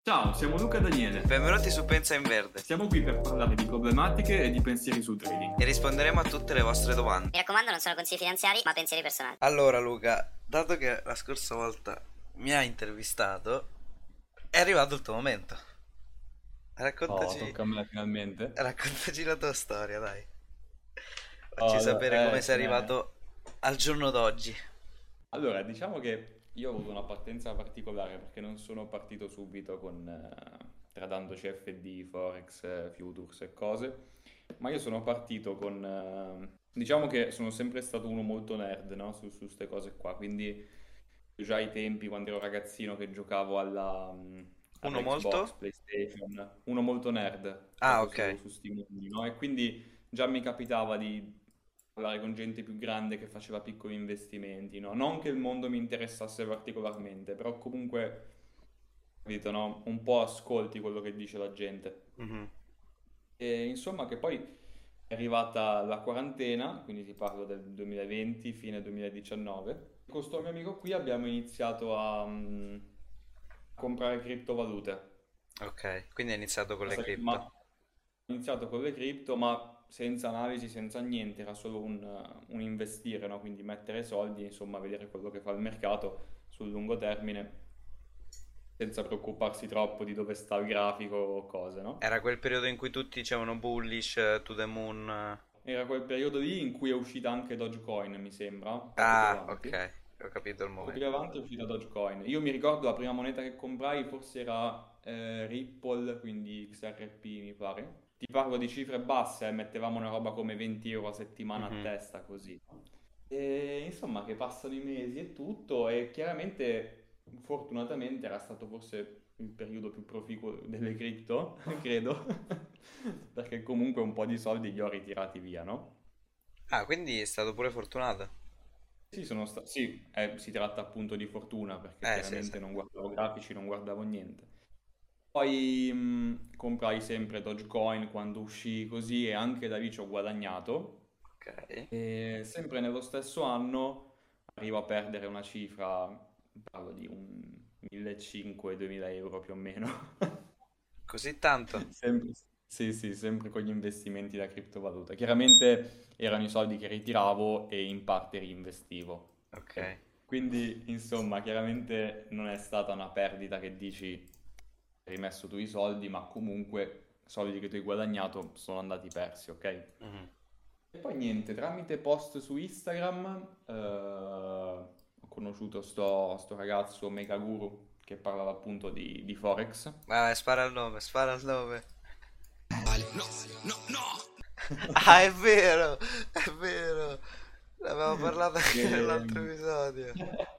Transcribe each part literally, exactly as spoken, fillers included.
Ciao, siamo Luca e Daniele. Benvenuti su Pensa in Verde Siamo qui per parlare di problematiche e di pensieri sul trading. e risponderemo a tutte le vostre domande. Mi raccomando, non sono consigli finanziari, ma pensieri personali. Allora Luca, dato che la scorsa volta mi hai intervistato, è arrivato il tuo momento. Oh, Raccontaci, tocca a me finalmente. raccontaci la tua storia, dai. Facci Allora, sapere eh, come sei ce n'è. arrivato al giorno d'oggi. Allora, diciamo che io ho avuto una partenza particolare perché non sono partito subito con eh, tradando C F D, Forex, eh, Futures e cose, ma io sono partito con... eh, diciamo che sono sempre stato uno molto nerd, no? Su queste cose qua, quindi già ai tempi quando ero ragazzino che giocavo alla, mm, alla Uno Xbox, molto? PlayStation, uno molto nerd Ah, proprio ok. su, su sti mondi, no? E quindi già mi capitava di parlare con gente più grande che faceva piccoli investimenti, no? Non che il mondo mi interessasse particolarmente, però comunque, capito, no? Un po' ascolti quello che dice la gente. Mhm. E insomma che poi è arrivata la quarantena, quindi ti parlo del duemilaventi, fine duemiladiciannove. Con questo mio amico qui abbiamo iniziato a mm, comprare criptovalute. Ok, quindi hai iniziato con le Basta che- Ma cripto. ho iniziato con le cripto, ma senza analisi, senza niente, era solo un, uh, un investire, no? Quindi mettere soldi, insomma, vedere quello che fa il mercato sul lungo termine, senza preoccuparsi troppo di dove sta il grafico o cose, no? Era quel periodo in cui tutti dicevano bullish, eh, to the moon. eh. Era quel periodo lì in cui è uscita anche Dogecoin, mi sembra, poco più Ah, avanti. ok, ho capito il Poco più momento. avanti è uscita Dogecoin. Io mi ricordo la prima moneta che comprai, forse era eh, Ripple, quindi X R P mi pare. Ti parlo di cifre basse, eh, mettevamo una roba come venti euro a settimana a Mhm. testa, così. E insomma, che passano i mesi e tutto, e chiaramente, fortunatamente, era stato forse il periodo più proficuo delle cripto, credo, perché comunque un po' di soldi li ho ritirati via, no? Ah, quindi è stato pure fortunato. Sì, sono sta- sì, eh, si tratta appunto di fortuna perché Eh, sì, sì. chiaramente non guardavo grafici, non guardavo niente. Poi mh, comprai sempre Dogecoin quando uscì così e anche da lì ci ho guadagnato. Ok. E sempre nello stesso anno arrivo a perdere una cifra, parlo di un millecinquecento-duemila euro più o meno. Così tanto? Sempre, sì, sì, sempre con gli investimenti da criptovaluta. Chiaramente erano i soldi che ritiravo e in parte reinvestivo. Ok. Ok? Quindi, insomma, chiaramente non è stata una perdita che dici hai rimesso tu i soldi, ma comunque soldi che tu hai guadagnato sono andati persi, ok? Mhm. E poi niente, tramite post su Instagram eh, ho conosciuto sto, sto ragazzo Megaguru che parlava appunto di, di Forex. Vai, spara il nome, spara il nome. Ah, è vero, è vero. Ne avevamo parlato anche nell'altro E... episodio.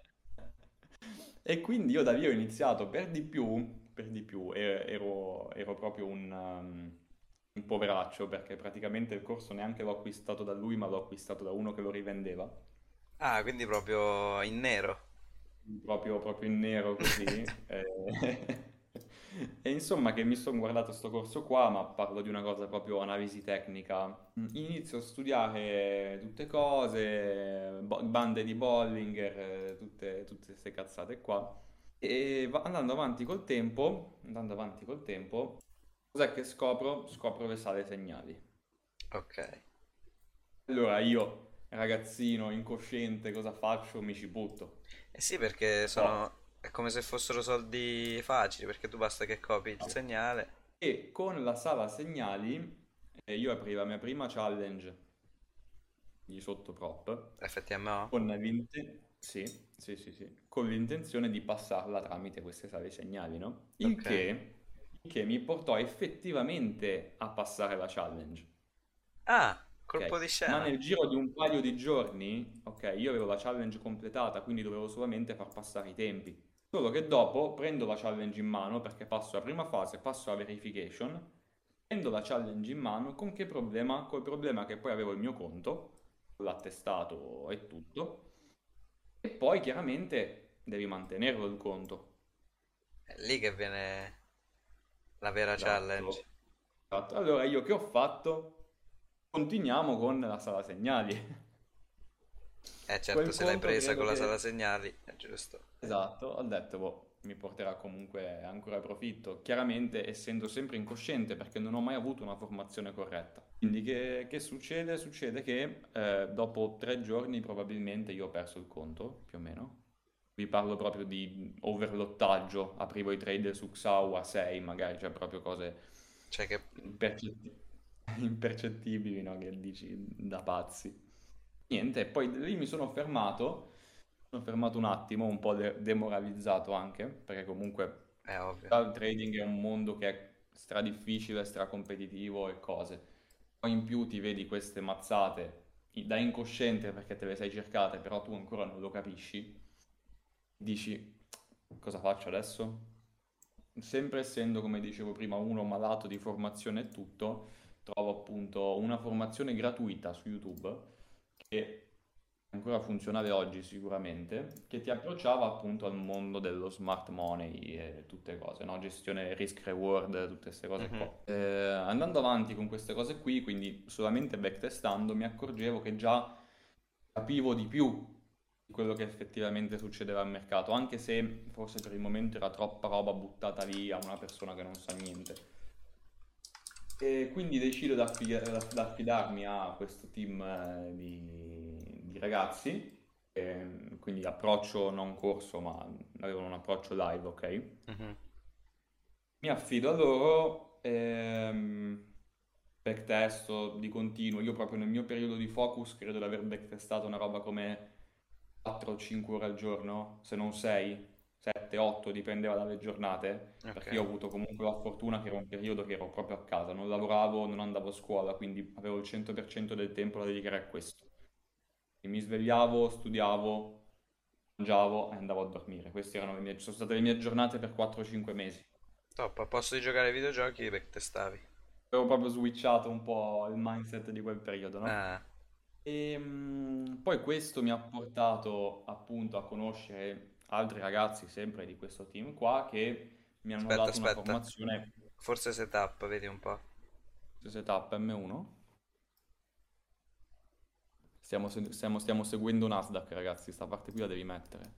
e quindi io da lì ho iniziato per di più, per di più, e- ero, ero proprio un, um, un poveraccio perché praticamente il corso neanche l'ho acquistato da lui, ma l'ho acquistato da uno che lo rivendeva. Ah, quindi proprio in nero. proprio, proprio in nero così. eh. E insomma che mi sono guardato sto corso qua, ma parlo di una cosa proprio analisi tecnica. Mm, Inizio a studiare tutte cose, bo- bande di Bollinger, eh, tutte, tutte queste cazzate qua. E va- andando avanti col tempo, andando avanti col tempo, cos'è che scopro? Scopro le sale segnali. Ok. Allora io, ragazzino, incosciente, cosa faccio? Mi ci butto. Eh sì, perché Oh. sono... È come se fossero soldi facili, perché tu basta che copi il segnale. E con la sala segnali eh, io apri la mia prima challenge di sotto prop F T M O? con l'inte- sì, sì, sì, sì, con l'intenzione di passarla tramite queste sale segnali, no? Il Ok. che, il che mi portò effettivamente a passare la challenge. Ah, Ok, colpo di ma scena. nel giro di un paio di giorni, ok, io avevo la challenge completata, quindi dovevo solamente far passare i tempi. Solo che dopo prendo la challenge in mano perché passo la prima fase, passo la verification, prendo la challenge in mano con che problema? Col problema che poi avevo il mio conto, con l'attestato e tutto, e poi chiaramente devi mantenerlo il conto. È lì che viene la vera challenge. Esatto. Esatto. Allora io che ho fatto? Continuiamo con la sala segnali. Eh certo, Quel se l'hai conto presa con credo la sala che... segnali, è giusto. Esatto, ho detto, boh, mi porterà comunque ancora profitto. Chiaramente essendo sempre incosciente perché non ho mai avuto una formazione corretta. Quindi che, che succede? Succede che eh, dopo tre giorni probabilmente io ho perso il conto, più o meno. Vi parlo proprio di overlottaggio, aprivo i trade su X A U a sei magari, cioè proprio cose Cioè che... impercetti- impercettibili, no? Che dici da pazzi. Niente, poi lì mi sono fermato, mi sono fermato un attimo, un po' de- demoralizzato anche, perché comunque È ovvio. già il trading è un mondo che è stra difficile, stra competitivo e cose. Poi in più ti vedi queste mazzate i- da incosciente perché te le sei cercate, però tu ancora non lo capisci, dici cosa faccio adesso? Sempre essendo, come dicevo prima, uno malato di formazione e tutto, trovo appunto una formazione gratuita su YouTube che è ancora funzionale oggi sicuramente, che ti approcciava appunto al mondo dello smart money e tutte cose, no? Gestione risk reward, tutte queste cose Mhm. qua. Eh, andando avanti con queste cose qui, quindi solamente backtestando, mi accorgevo che già capivo di più di quello che effettivamente succedeva al mercato, anche se forse per il momento era troppa roba buttata lì a una persona che non sa niente. E quindi decido di affi- di affidarmi a questo team eh, di, di ragazzi, ehm, quindi approccio non corso, ma avevano un approccio live, ok? Mhm. Mi affido a loro, ehm, backtesto di continuo. Io proprio nel mio periodo di focus credo di aver backtestato una roba come quattro o cinque ore al giorno, se non sei, sette, otto, dipendeva dalle giornate, Ok. perché io ho avuto comunque la fortuna che era un periodo che ero proprio a casa, non lavoravo, non andavo a scuola, quindi avevo il cento per cento del tempo da dedicare a questo. E mi svegliavo, studiavo, mangiavo e andavo a dormire. Queste erano le mie, sono state le mie giornate per quattro o cinque mesi. Top, a posto di giocare ai videogiochi, backtestavi. Avevo proprio switchato un po' il mindset di quel periodo, no? Ah, E mm, poi questo mi ha portato appunto a conoscere altri ragazzi sempre di questo team qua che mi hanno aspetta, dato una aspetta. formazione Forse setup, vedi un po'. setup M uno. Stiamo, se- stiamo- stiamo seguendo Nasdaq, ragazzi, sta parte qui la devi mettere.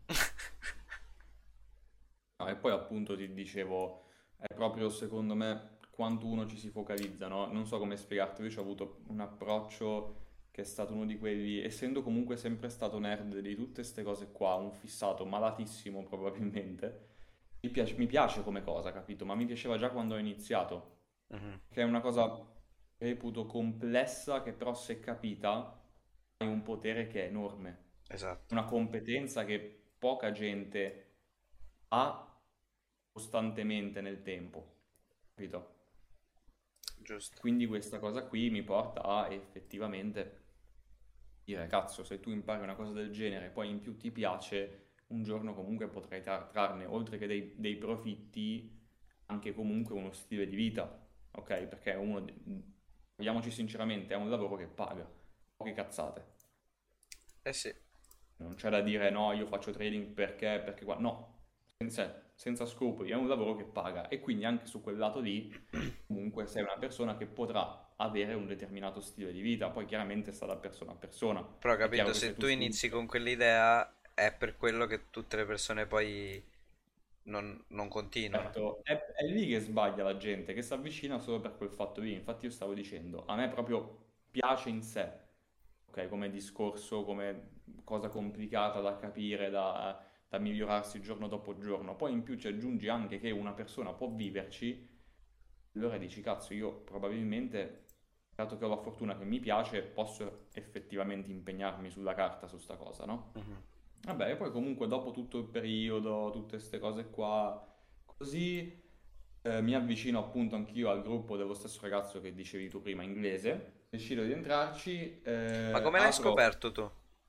No, e poi appunto ti dicevo, è proprio secondo me quando uno ci si focalizza, no? Non so come spiegarti, io ho avuto un approccio che è stato uno di quelli, essendo comunque sempre stato nerd di tutte queste cose qua, un fissato malatissimo probabilmente, mi piace, mi piace come cosa, capito? Ma mi piaceva già quando ho iniziato, Mhm. che è una cosa che reputo complessa, che però se capita hai un potere che è enorme, Esatto, una competenza che poca gente ha costantemente nel tempo, capito? giusto. Quindi questa cosa qui mi porta a effettivamente dire, cazzo, se tu impari una cosa del genere, poi in più ti piace, un giorno comunque potrai tra- trarne, oltre che dei, dei profitti, anche comunque uno stile di vita, ok? Perché uno, parliamoci sinceramente, è un lavoro che paga, poche cazzate. Eh sì, Non c'è da dire no, io faccio trading perché, perché qua. No, senza, senza scrupoli, è un lavoro che paga e quindi anche su quel lato lì comunque sei una persona che potrà avere un determinato stile di vita, poi chiaramente sta da persona a persona. però È chiaro capito, che se se tu tu studi. inizi con quell'idea è per quello che tutte le persone poi non, non continuano. Certo, è, è lì che sbaglia la gente, che si avvicina solo per quel fatto lì. Infatti io stavo dicendo, a me proprio piace in sé, ok, come discorso, come cosa complicata da capire, da, da migliorarsi giorno dopo giorno. Poi in più ci aggiungi anche che una persona può viverci, allora dici, cazzo, io probabilmente, dato che ho la fortuna che mi piace, posso effettivamente impegnarmi sulla carta su sta cosa, no? Mhm. Vabbè, e poi comunque dopo tutto il periodo, tutte queste cose qua, così eh, mi avvicino appunto anch'io al gruppo dello stesso ragazzo che dicevi tu prima, inglese, decido di entrarci, Ma eh, come l'hai apro, scoperto tu?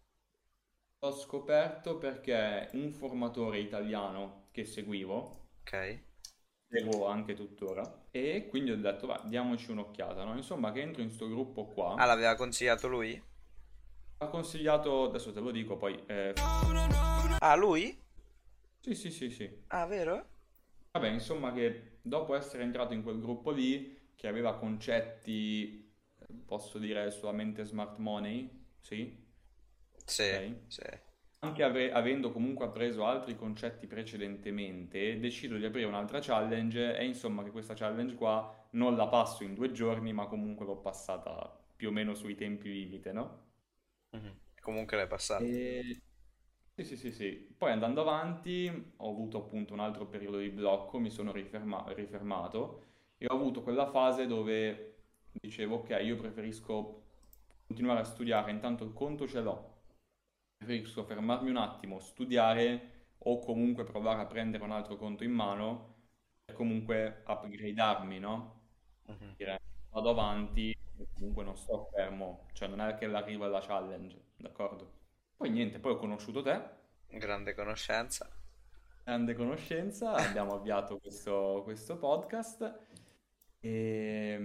ho scoperto perché un formatore italiano che seguivo, Ok. seguo anche tuttora, e quindi ho detto, va, diamoci un'occhiata, no? Insomma, che entro in sto gruppo Ah, qua, l'aveva consigliato lui? ha consigliato, adesso te lo dico, poi, eh, Ah, lui? sì, sì, sì, sì. Ah, vero? Vabbè, insomma che dopo essere entrato in quel gruppo lì, che aveva concetti, eh, posso dire, solamente smart money, sì, Sì, ok? sì. anche ave- avendo comunque appreso altri concetti precedentemente, decido di aprire un'altra challenge e insomma che questa challenge qua non la passo in due giorni, ma comunque l'ho passata più o meno sui tempi limite, no? Mhm. Comunque l'hai passata. E... Sì, sì, sì, sì. Poi andando avanti ho avuto appunto un altro periodo di blocco, mi sono riferma- rifermato e ho avuto quella fase dove dicevo, ok, io preferisco continuare a studiare, intanto il conto ce l'ho, preferisco fermarmi un attimo, studiare o comunque provare a prendere un altro conto in mano per comunque upgradarmi, no? Mhm. Dire, vado avanti, e comunque non sto fermo, cioè non è che l'arrivo alla challenge, d'accordo? Poi niente, poi ho conosciuto te, Grande conoscenza. grande conoscenza, abbiamo avviato questo, questo podcast e,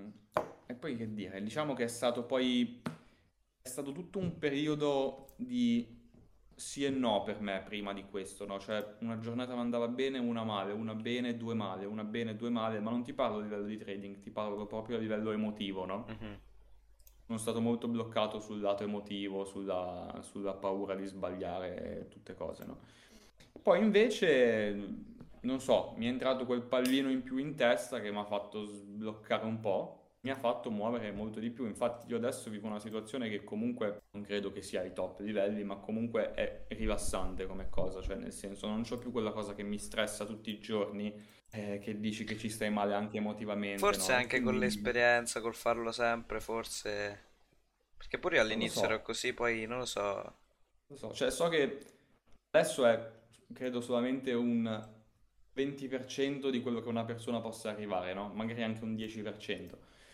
e poi che dire, diciamo che è stato poi, è stato tutto un periodo di sì e no per me prima di questo, no? Cioè una giornata mi andava bene, una male, una bene, due male, una bene, due male, ma non ti parlo a livello di trading, ti parlo proprio a livello emotivo, no? Mhm. Sono stato molto bloccato sul lato emotivo, sulla, sulla paura di sbagliare, tutte cose, no? Poi invece, non so, mi è entrato quel pallino in più in testa che mi ha fatto sbloccare un po', mi ha fatto muovere molto di più. Infatti io adesso vivo una situazione che comunque non credo che sia ai top livelli, ma comunque è rilassante come cosa, cioè nel senso non c'ho più quella cosa che mi stressa tutti i giorni, eh, che dici che ci stai male anche emotivamente, Forse no? E anche con quindi l'esperienza, col farlo sempre, forse... Perché pure io non lo all'inizio ero so. così, poi non lo so. Lo so, cioè so che adesso è, credo, solamente un venti per cento di quello che una persona possa arrivare, no? Magari anche un dieci per cento.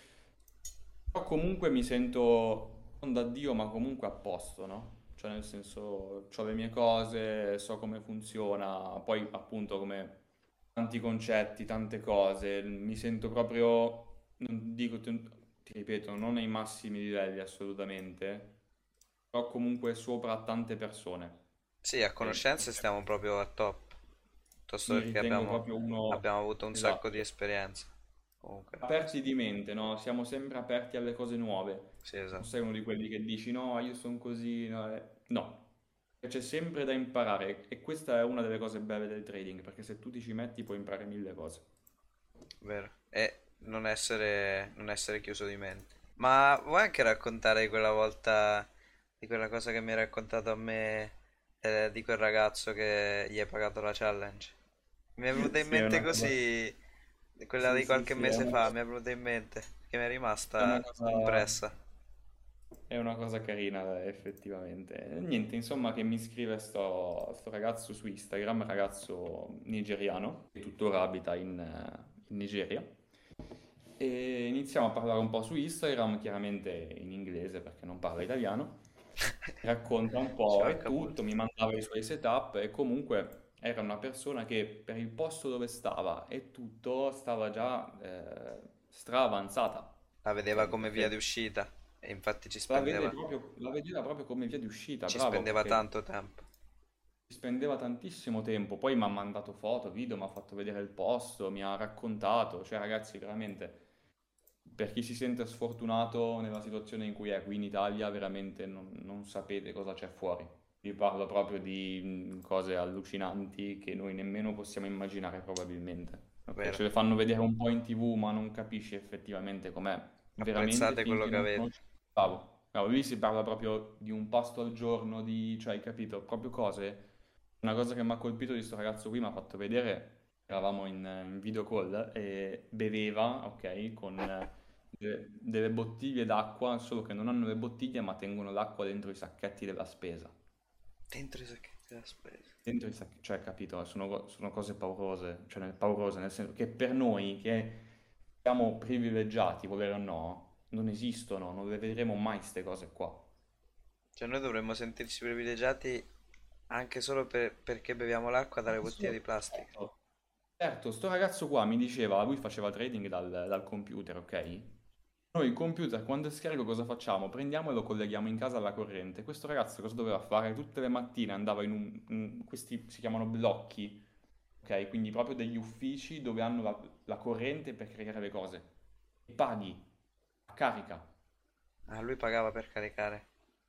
Però comunque mi sento, non da Dio, ma comunque a posto, no? Cioè nel senso, ho le mie cose, so come funziona, poi appunto come tanti concetti, tante cose, mi sento proprio, non dico, ti ti ripeto, non ai massimi livelli assolutamente, però comunque sopra a tante persone. Sì, a Ok? conoscenze stiamo proprio a top. Piuttosto Mi perché ritengo abbiamo, proprio uno abbiamo avuto un sacco di esatto, esperienza. Comunque, aperti di mente, no? Siamo sempre aperti alle cose nuove. sì, Non esatto. sei uno di quelli che dici no, io sono così, no, eh. No. C'è sempre da imparare e questa è una delle cose belle del trading, perché se tu ti ci metti puoi imparare mille cose. Vero. E non essere, non essere chiuso di mente. Ma vuoi anche raccontare di quella volta, di quella cosa che mi hai raccontato a me, eh, di quel ragazzo che gli hai pagato la challenge? Mi è venuta in Sì, è mente una cosa... così, quella Sì, di sì, qualche sì, è mese una, fa, mi è venuta in mente, che mi è è una rimasta cosa... impressa. È una cosa carina, eh, effettivamente. E niente, insomma, che mi scrive sto, sto ragazzo su Instagram, ragazzo nigeriano, che tuttora abita in, eh, in Nigeria. E iniziamo a parlare un po' su Instagram, chiaramente in inglese perché non parla italiano. Mi racconta un Ci po' e manca tutto, molto. mi mandava i suoi setup e comunque era una persona che per il posto dove stava e tutto stava già eh, stra avanzata. La vedeva Ok, come via perché di uscita e infatti ci la vede spendeva, proprio, la vedeva proprio come via di uscita, ci bravo, spendeva perché tanto tempo. ci spendeva tantissimo tempo, poi mi ha mandato foto, video, mi ha fatto vedere il posto, mi ha raccontato, cioè ragazzi, veramente, per chi si sente sfortunato nella situazione in cui è qui in Italia, veramente non, non sapete cosa c'è fuori. Vi parlo proprio di mm, cose allucinanti che noi nemmeno possiamo immaginare probabilmente. Ok, Vero? ce le fanno vedere un po' in T V, ma non capisci effettivamente com'è veramente Apprezzate quello finché che non avete. conosci. Bravo. Bravo, lì si parla proprio di un pasto al giorno, di, cioè, hai capito? Proprio cose. Una cosa che mi ha colpito di questo ragazzo qui mi ha fatto vedere, eravamo in, in video call e beveva, ok, con eh, de- delle bottiglie d'acqua, solo che non hanno le bottiglie ma tengono l'acqua dentro i sacchetti della spesa. Dentro i sacchetti della spesa. Dentro i sacchetti, cioè, capito? Sono, co- sono cose paurose, cioè nel- paurose, nel senso che per noi che siamo privilegiati, volere o no, non esistono, non le vedremo mai queste cose qua. Cioè noi dovremmo sentirci privilegiati anche solo per- perché beviamo l'acqua dalle Anche bottiglie di solo- plastica. Certo, certo, sto ragazzo qua mi diceva, lui faceva trading dal, dal computer, ok? Noi il computer quando è scarico cosa facciamo? Prendiamo e lo colleghiamo in casa alla corrente. Questo ragazzo cosa doveva fare? Tutte le mattine andava in un... in- questi si chiamano blocchi, ok? Quindi proprio degli uffici dove hanno la, la corrente per caricare le cose. E paghi, a carica. Ah, lui pagava per caricare.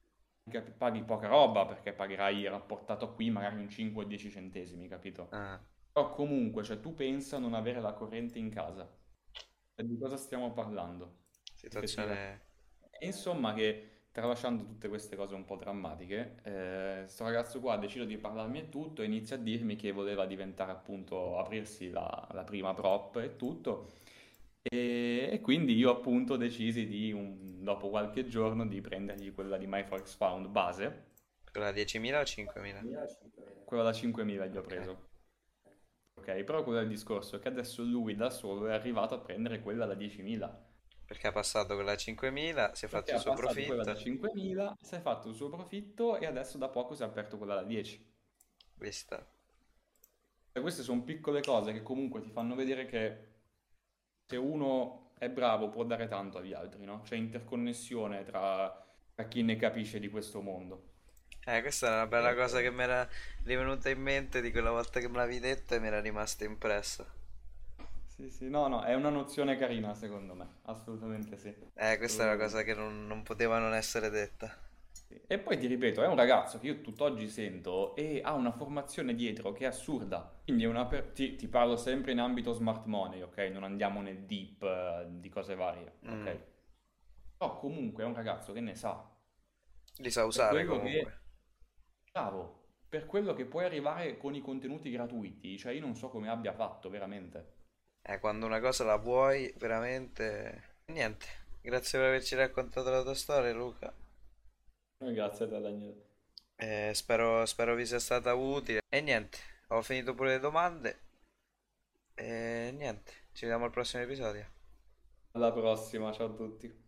capi- paghi poca roba perché pagherai rapportato qui magari un cinque o dieci centesimi, capito? Ah, Però comunque, cioè tu pensa a non avere la corrente in casa. E di cosa stiamo parlando? Effettivamente. situazione... E insomma che tralasciando tutte queste cose un po' drammatiche, eh, sto ragazzo qua decide di parlarmi e tutto, e inizia a dirmi che voleva diventare appunto, aprirsi la, la prima prop e tutto. E, e quindi io appunto decisi di, un- dopo qualche giorno, di prendergli quella di MyForexPound base, Quella diecimila o cinquemila? quella da cinquemila gli ho Ok. preso. Ok, però quello è il discorso, che adesso lui da solo è arrivato a prendere quella da diecimila. Perché ha passato quella a cinquemila, si è fatto Perché il ha suo passato quella da profitto, cinquemila, si è fatto il suo profitto e adesso da poco si è aperto quella da dieci. vista. E queste sono piccole cose che comunque ti fanno vedere che se uno è bravo può dare tanto agli altri, no? C'è interconnessione tra, tra chi ne capisce di questo mondo. Eh, questa è una bella Eh, cosa che mi era rivenuta in mente di quella volta che me l'avevi detta e mi era rimasta impressa. Sì, sì, no, no, è una nozione carina secondo me, assolutamente sì. Eh, questa è una cosa Assolutamente. che non, non poteva non essere detta. Sì. E poi ti ripeto, è un ragazzo che io tutt'oggi sento e ha una formazione dietro che è assurda. Quindi è una per- ti, ti parlo sempre in ambito smart money, ok? Non andiamo nel deep eh, di cose varie, Mm, ok? Però comunque è un ragazzo che ne sa. li sa Per usare quello che, comunque. bravo, per quello che puoi arrivare con i contenuti gratuiti, cioè io non so come abbia fatto veramente. Eh, quando una cosa la vuoi, veramente... Niente. Grazie per averci raccontato la tua storia, Luca. Eh, Grazie a te, Daniele. Eh, spero, spero vi sia stata utile. E niente, ho finito pure le domande. E niente, ci vediamo al prossimo episodio. Alla prossima, ciao a tutti.